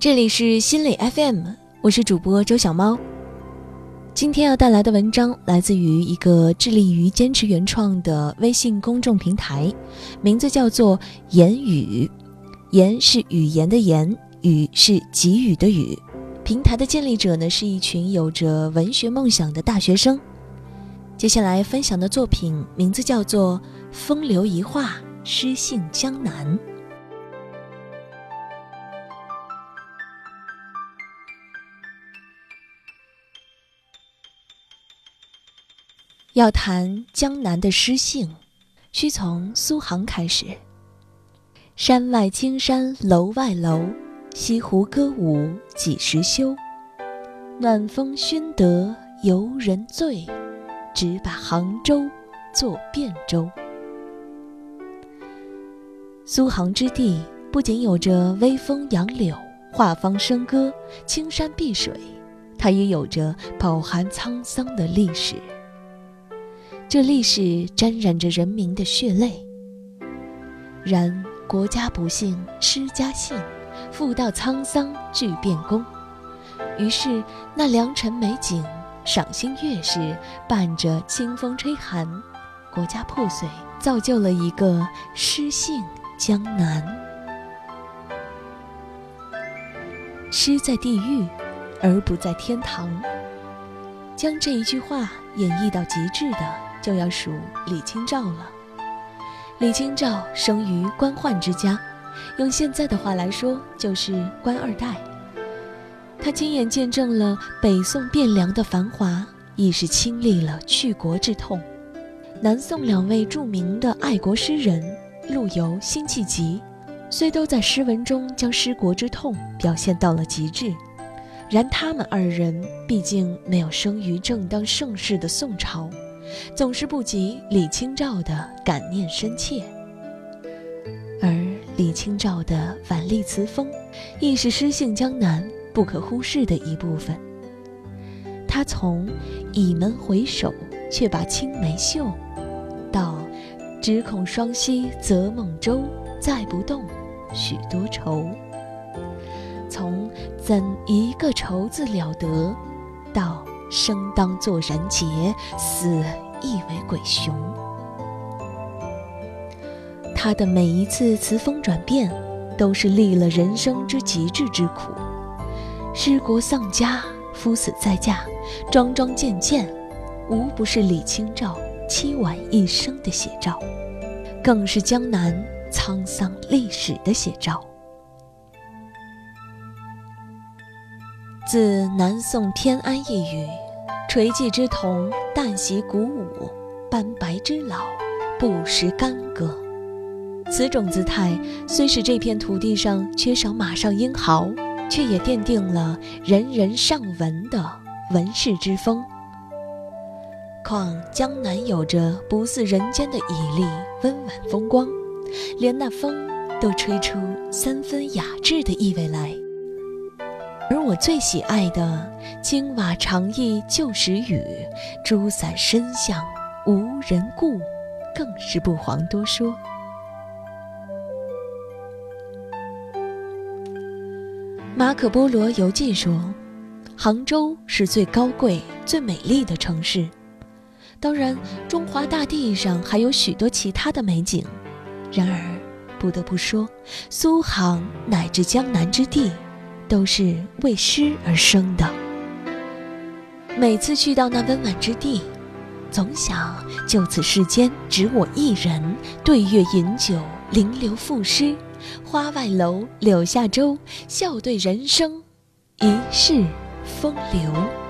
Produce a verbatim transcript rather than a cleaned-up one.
这里是心理 F M， 我是主播周小猫。今天要带来的文章来自于一个致力于坚持原创的微信公众平台，名字叫做言语。言是语言的言，语是给予的语。平台的建立者呢，是一群有着文学梦想的大学生。接下来分享的作品名字叫做风流一画，诗兴江南。要谈江南的诗兴，需从苏杭开始。山外青山楼外楼，西湖歌舞几时休？暖风熏得游人醉，只把杭州作汴州。苏杭之地不仅有着微风杨柳、画舫笙歌、青山碧水，它也有着饱含沧桑的历史。这历史沾染着人民的血泪，然国家不幸，诗家幸，妇道沧桑俱变功。于是那良辰美景，赏心悦时，伴着清风吹寒，国家破碎，造就了一个诗兴江南。诗在地狱，而不在天堂。将这一句话演绎到极致的，就要数李清照了。李清照生于官宦之家，用现在的话来说，就是官二代。他亲眼见证了北宋汴梁的繁华，亦是亲历了去国之痛。南宋两位著名的爱国诗人陆游、辛弃疾，虽都在诗文中将失国之痛表现到了极致，然他们二人毕竟没有生于正当盛世的宋朝，总是不及李清照的感念深切。而李清照的婉丽词风，亦是诗兴江南不可忽视的一部分。他从倚门回首，却把青梅嗅，到只恐双栖择梦舟，再不动许多愁。从怎一个愁字了得，到生当作人杰，死亦为鬼雄。他的每一次词风转变，都是历了人生之极致之苦。失国丧家，夫死再嫁，桩桩件件，无不是李清照凄婉一生的写照，更是江南沧桑历史的写照。自南宋偏安一隅，垂髻之童，旦夕鼓舞，斑白之老，不识干戈。此种姿态虽使这片土地上缺少马上英豪，却也奠定了人人尚闻的文士之风。况江南有着不似人间的绮丽温婉风光，连那风都吹出三分雅致的意味来。而我最喜爱的青瓦长驿旧时雨，珠伞深巷无人顾，更是不遑多说。马可波罗游记说，杭州是最高贵最美丽的城市。当然中华大地上还有许多其他的美景，然而不得不说，苏杭乃至江南之地都是为诗而生的。每次去到那温婉之地，总想就此世间只我一人，对月饮酒，临流赋诗，花外楼，柳下舟，笑对人生，一世风流。